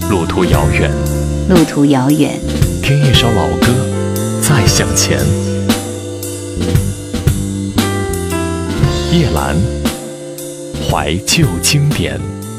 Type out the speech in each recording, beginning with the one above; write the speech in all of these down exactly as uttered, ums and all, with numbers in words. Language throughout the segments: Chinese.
路途遥远， 路途遥远， 听一首老歌，再向前。叶兰，怀旧经典。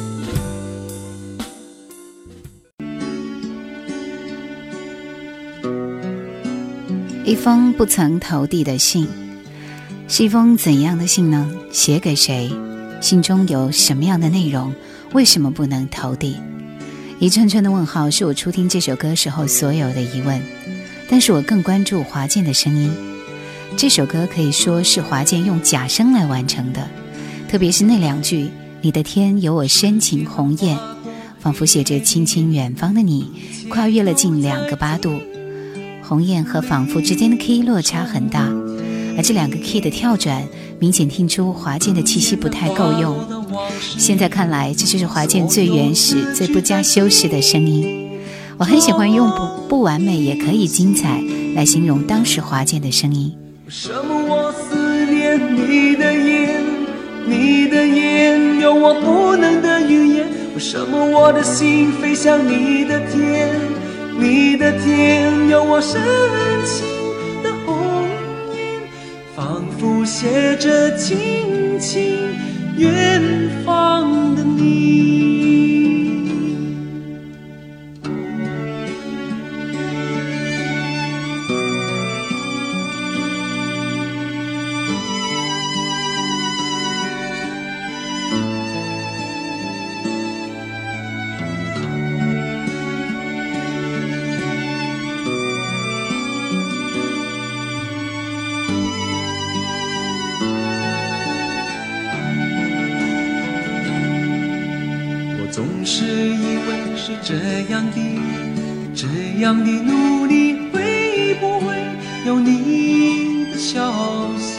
一封不曾投递的信，是一封怎样的信呢？写给谁？信中有什么样的内容？为什么不能投递？一串串的问号是我初听这首歌时候所有的疑问，但是我更关注华健的声音。这首歌可以说是华健用假声来完成的，特别是那两句，你的天有我深情鸿雁，仿佛写着轻轻远方的你，跨越了近两个八度。鸿雁和仿佛之间的 key 落差很大，而这两个 key 的跳转明显听出华健的气息不太够用。现在看来，这就是华健最原始最不加修饰的声音。我很喜欢用 不, 不完美也可以精彩来形容当时华健的声音。 为什么我思念你的眼，你的眼有我不能的语言？为什么我的心飞向你的天，你的天有我深情的红颜，仿佛写着轻轻远方的你。总是以为是这样的，这样的努力会不会有你的消息？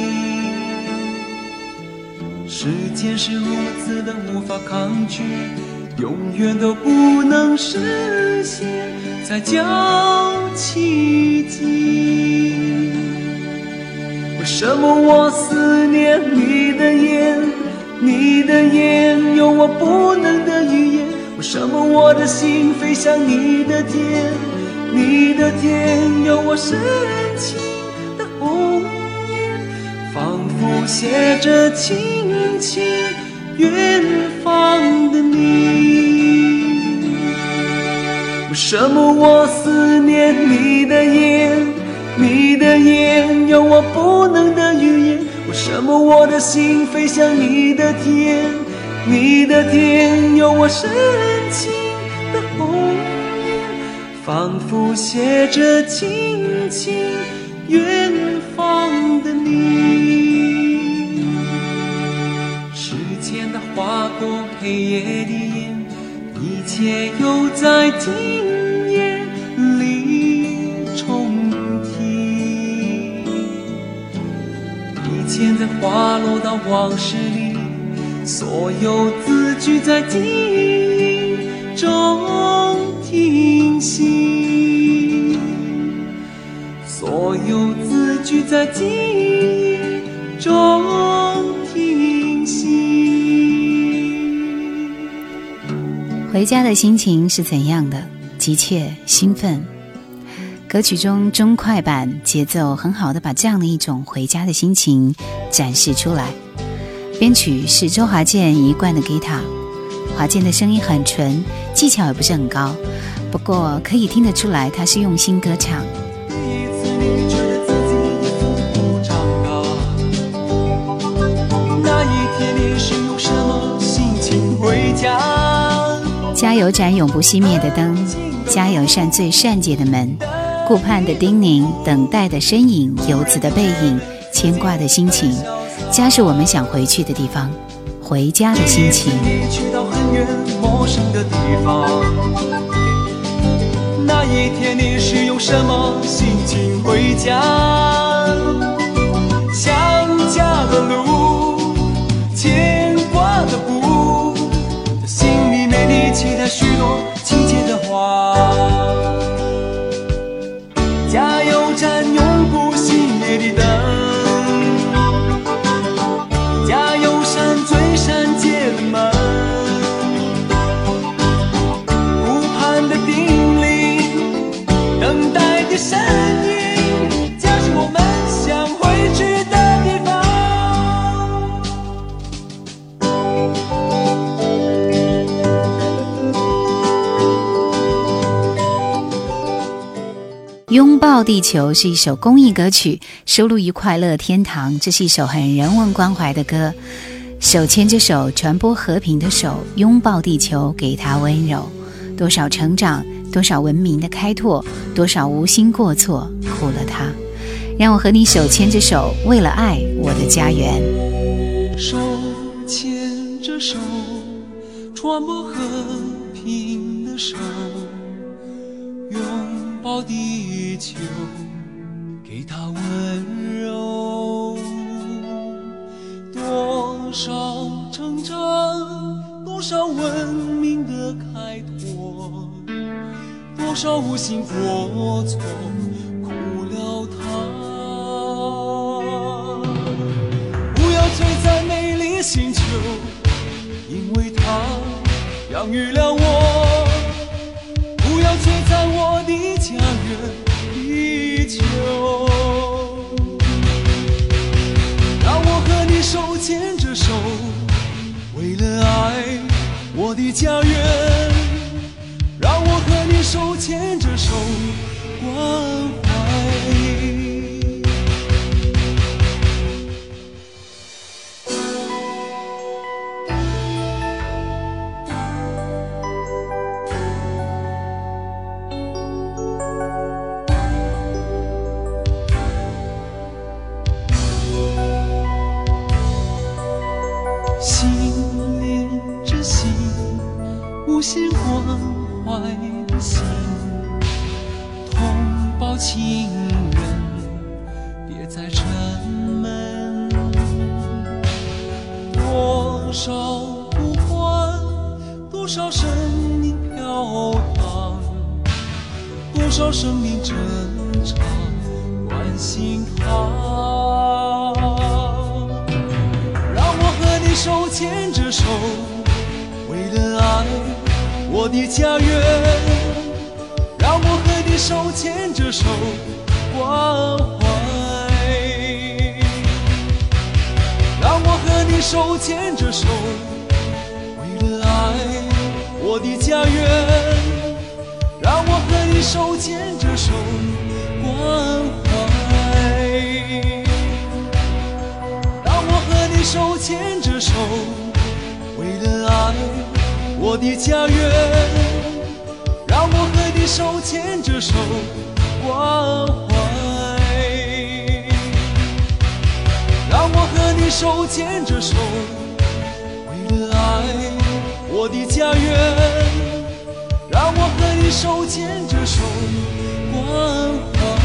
时间是如此的无法抗拒，永远都不能实现才叫奇迹。为什么我思念你的眼，你的眼有我不能的语言？为什么我的心飞向你的天，你的天有我深情的红颜，仿佛写着轻轻远方的你。为什么我思念你的眼，你的眼有我不能的语言？为什么我的心飞向你的天，你的天有我深情的红颜，仿佛写着轻轻远方的你。时间的划过黑夜的眼，一切又在今夜里重提。以前在滑落到往事里，所有字句在记忆中停息，所有字句在记忆中停息。 回家的心情是怎样的？急切、兴奋。歌曲中中快板节奏很好的把这样的一种回家的心情展示出来。编曲是周华健一贯的 guitar， 华健的声音很纯，技巧也不是很高，不过可以听得出来他是用心歌唱。 第一次你觉得自己腹部长大，那一天你是用什么心情回家？ 加油盏永不熄灭的灯，加油扇最善解的门，顾盼的叮咛，等待的身影，游子的背影，牵挂的心情。家是我们想回去的地方，回家的心情。 你去到很远陌生的地方，那一天你是用什么心情回家？想家的路，牵挂的步，在心里面你期待许多情节的话。加油站永不熄灭的灯，加油扇最闪解的门，不拥抱地球是一首公益歌曲，收录于快乐天堂，这是一首很人文关怀的歌。手牵着手，传播和平的手，拥抱地球，给它温柔。多少成长，多少文明的开拓，多少无心过错，苦了它。让我和你手牵着手，为了爱我的家园。 手牵着手，传播和平的手，拥抱地球，给它温柔。多少成长，多少文明的开拓，多少无心过错，苦了它。不要醉在美丽星球，因为它养育了我。不要醉在我的家园地球，让我和你手牵着手，为了爱我的家园，让我和你手牵着手，关怀。心连着心，无限关怀的心，同胞亲人别再沉闷。多少不欢，多少生命飘荡，多少生命挣扎，关心它。手牵着手，为了爱我的家园，让我和你手牵着手，关怀。让我和你手牵着手，为了爱我的家园，让我和你手牵着手，关怀。手牵着手，为了爱我的家园，让我和你手牵着手，关怀。让我和你手牵着手，为了爱我的家园，让我和你手牵着手，关怀。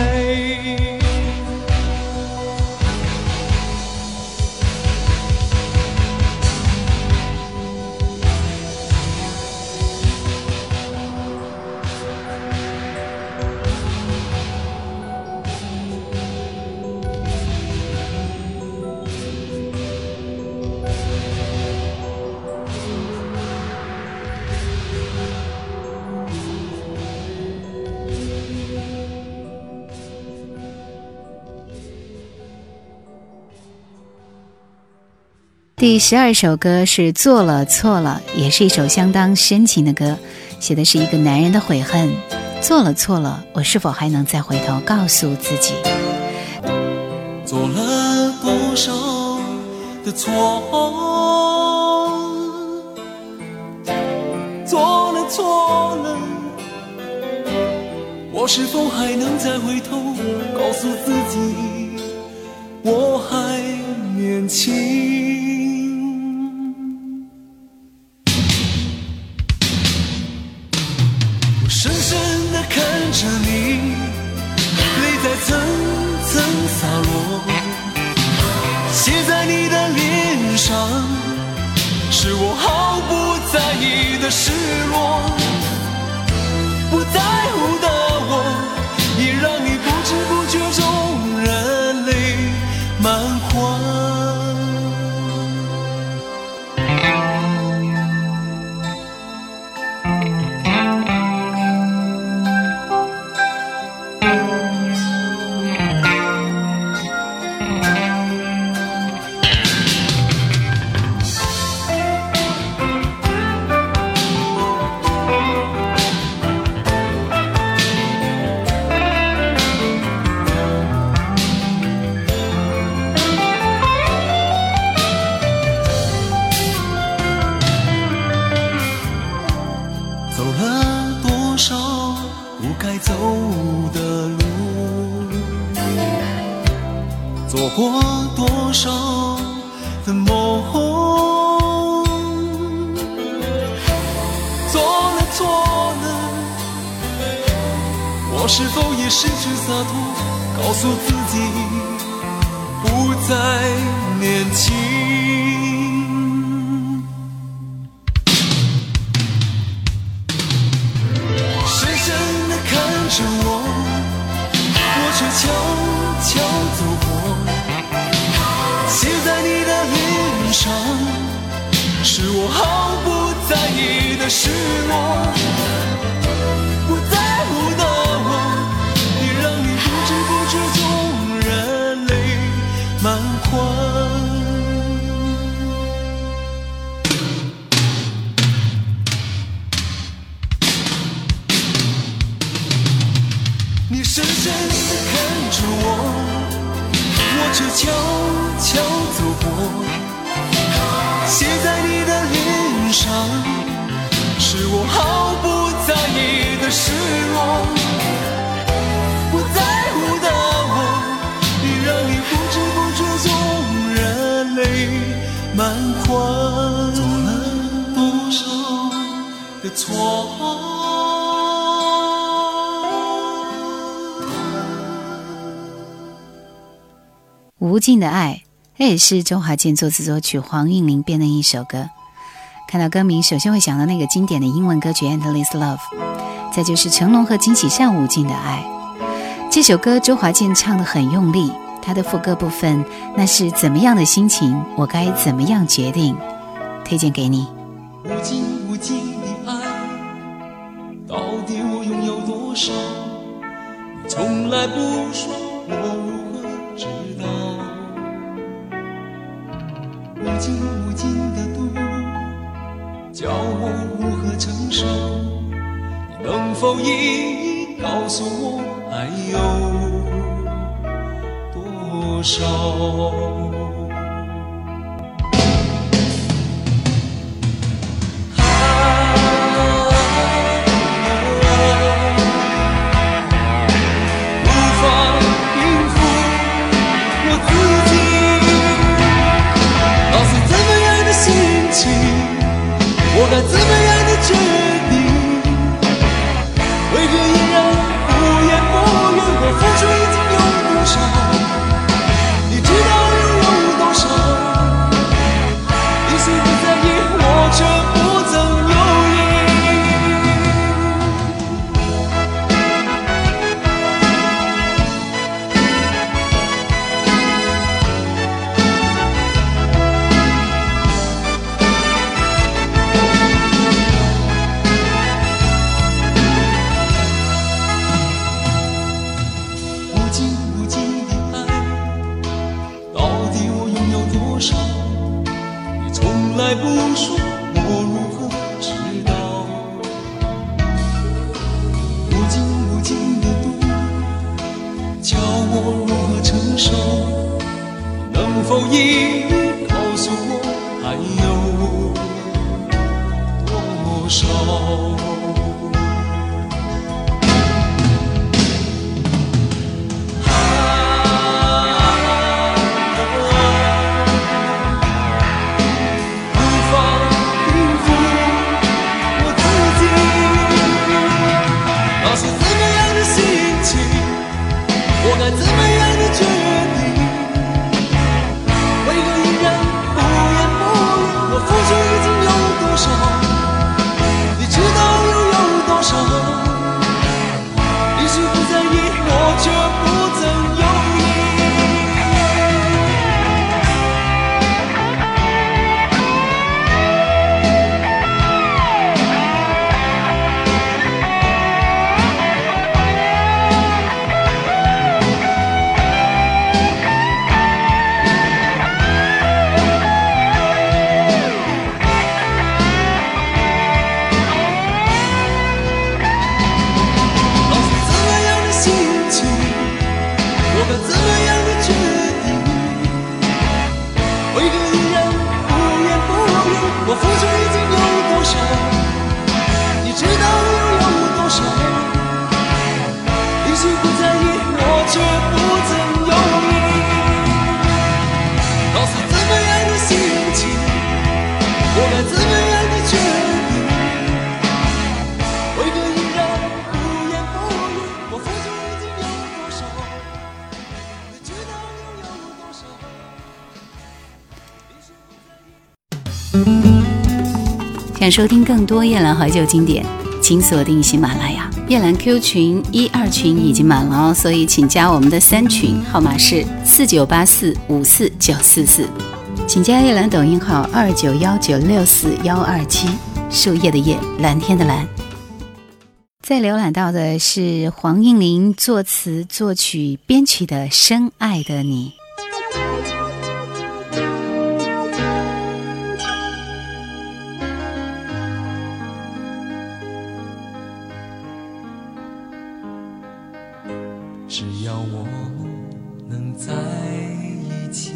第十二首歌是做了错了，也是一首相当深情的歌，写的是一个男人的悔恨。做了错了，我是否还能再回头告诉自己， 做了多少的错，做了错了，我是否还能再回头告诉自己，我还年轻。深深地看着你，泪在层层洒落，写在你的脸上，是我毫不在意的失落。不在乎的我，也让你不知不觉中热泪满怀。 了多少不该走的路，做过多少的梦，做了错了，我是否也失去洒脱，告诉自己不再年轻。着我，我却悄悄走过，写在你的脸上，是我毫不在意的失落。不在乎的我，也让你不知不觉中热泪满眶。你深深地看着我，我却悄悄走过，写在你的脸上，是我毫不在意的失落。不在乎的我，也让你不知不觉中热泪满眶。做了多少的错， 无尽的爱，这也是周华健作词作曲，黄韵玲编的一首歌。看到歌名，首先会想到那个经典的英文歌曲 Endless Love， 再就是成龙和金喜善无尽的爱。这首歌周华健唱得很用力，他的副歌部分，那是怎么样的心情，我该怎么样决定，推荐给你。 无尽无尽的爱，到底我拥有多少？你从来不说，我如何知道？无尽无尽的度，叫我如何承受？你能否一一告诉我还有多少？我该怎么样的决定？为何依然不言不语？我付出已经有多少？你知道又有多少？你虽不在意，我却不曾犹来不说，我如何知道？无尽无尽的度，叫我如何承受？能否一一告诉我还有多少？怎么样的决定？为何依然不言不语？我付出已经有多少？你知道又有想收听更多夜兰怀旧经典，请锁定喜马拉雅。夜兰 Q 群一二群已经满了哦，所以请加我们的三群，号码是四九八四五四九四四。请加夜兰抖音号二九幺九六四幺二七，树叶的叶，蓝天的蓝。再浏览到的是黄韵玲作词作曲编曲的《深爱的你》。 只要我们能在一起，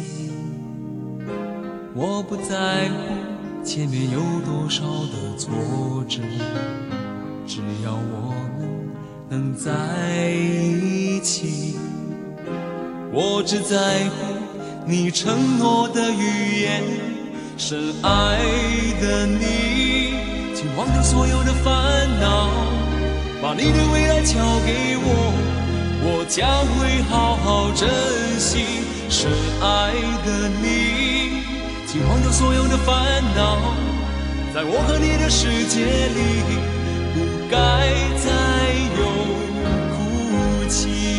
我不在乎前面有多少的挫折，只要我们能在一起，我只在乎你承诺的语言。深爱的你，请忘掉所有的烦恼，把你的未来交给我，我将会好好珍惜。深爱的你，请忘掉所有的烦恼，在我和你的世界里，不该再有哭泣。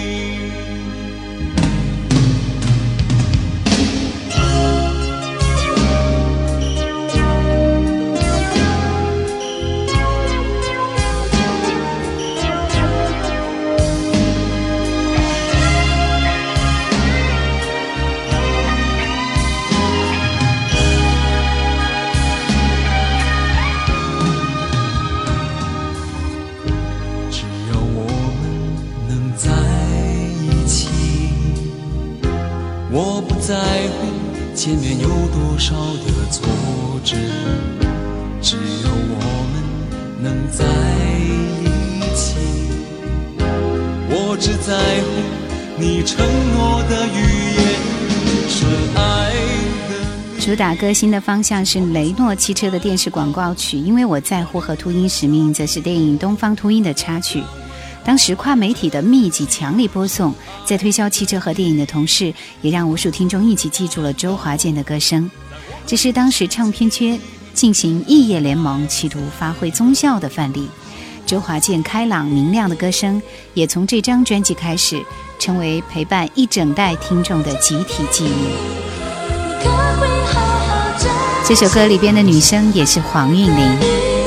我不在乎前面有多少的挫折，只有我们能在一起，我只在乎你承诺的语言。深爱的主打歌新的方向是雷诺汽车的电视广告曲，因为我在乎和秃鹰使命则是电影东方秃鹰的插曲。当时跨媒体的密集强力播送，在推销汽车和电影的同时，也让无数听众一起记住了周华健的歌声。这是当时唱片圈进行异业联盟企图发挥综效的范例。周华健开朗明亮的歌声也从这张专辑开始，成为陪伴一整代听众的集体记忆。这首歌里边的女声也是黄韵玲。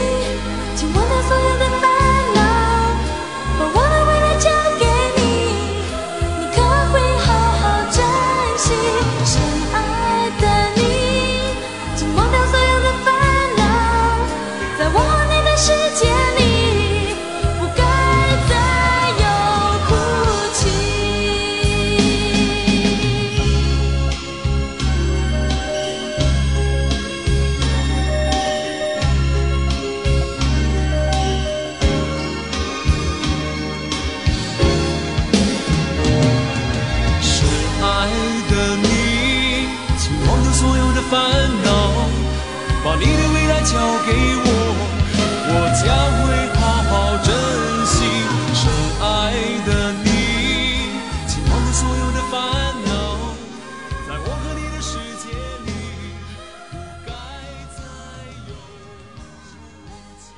交给我，我将会好好珍惜。深爱的你，请忘掉所有的烦恼，在我和你的世界里，不该再有哭泣。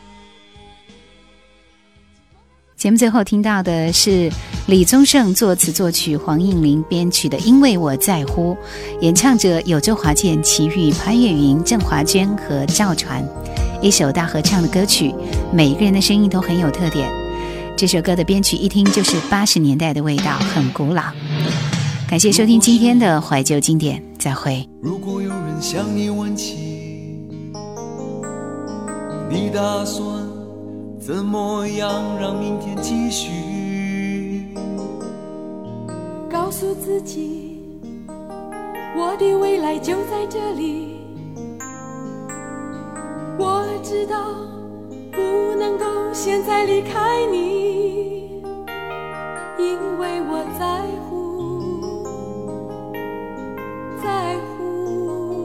节目最后听到的是李宗盛作词作曲，黄韵玲编曲的《因为我在乎》，演唱者有周华健、齐豫、潘越云、郑华娟和赵传，一首大合唱的歌曲，每一个人的声音都很有特点。这首歌的编曲一听就是八十年代的味道，很古老。感谢收听今天的怀旧经典，再会。 如果有人向你问起，你打算怎么样让明天继续？ 告诉自己，我的未来就在这里。我知道不能够现在离开你，因为我在乎，在乎。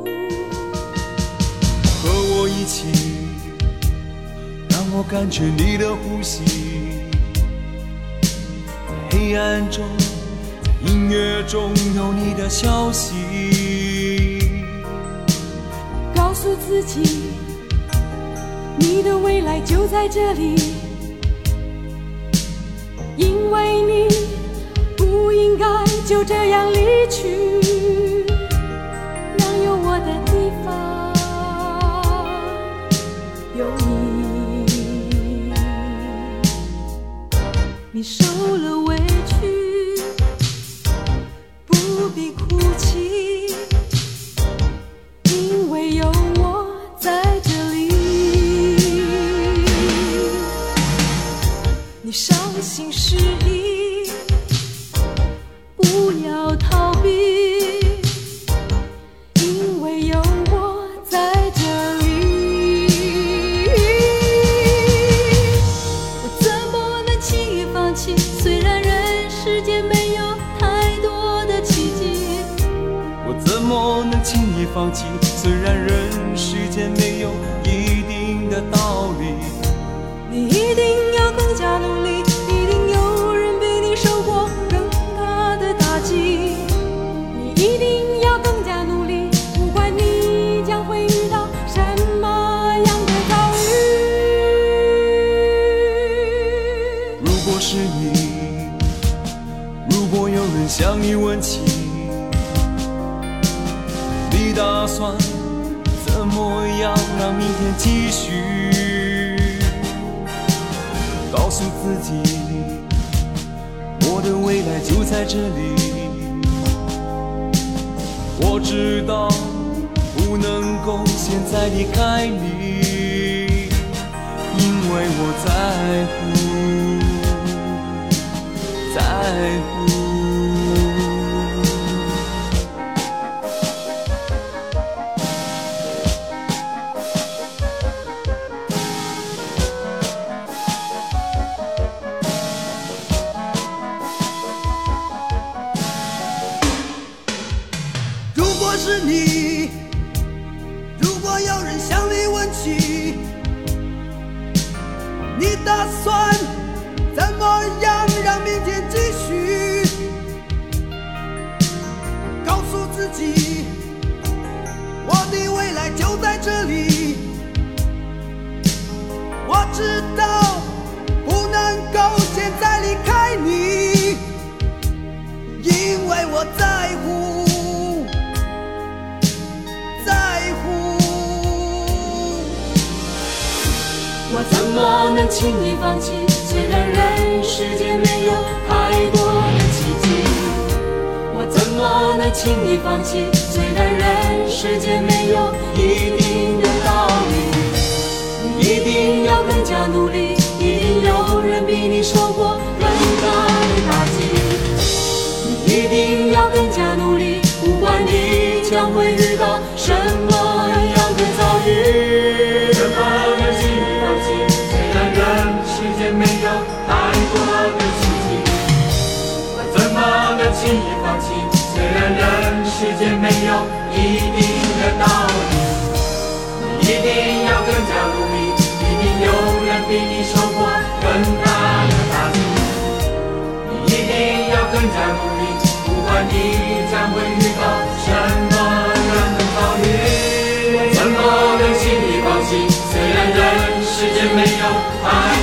和我一起，让我感觉你的呼吸，在黑暗中，在音乐中有你的消息。 告诉自己， 你的未来就在这里，因为你不应该就这样离去，让有我的地方有你。你受了委屈不必哭泣，因为有我在这里。你伤心失意不要逃避，因为有我在这里。我怎么能轻易放弃，虽然人世间没有太多的奇迹。 我怎么能轻易放弃，虽然人世间没有一定的道理。 你一定要更加努力，一定有人比你受过更大的打击。你一定要更加努力，不管你将会遇到什么样的遭遇。 如果是你，如果有人向你问起，你打算怎么样让明天继续？告诉自己，我的未来就在这里。我知道不能够现在离开你，因为我在乎，在乎。 是你，如果有人向你问起，你打算怎么样让明天继续？告诉自己，我的未来就在这里。我知道不能够现在离开你，因为我在乎。 我怎么能轻易放弃，虽然人世间没有太多的奇迹。我怎么能轻易放弃，虽然人世间没有一定的道理。你一定要更加努力，一定有人比你受过更大的打击。你一定要更加努力，不管你将会遇到什么样的遭遇。 怎么能轻易放弃，虽然人世间没有太多的奇迹。我怎么能轻易放弃，虽然人世间没有一定的道理。你一定要更加努力，一定有人比你受过更大的打击。你一定要更加努力，不管你将会遇到什么样的遭遇。我怎么能轻易放弃，虽然人世间没有爱。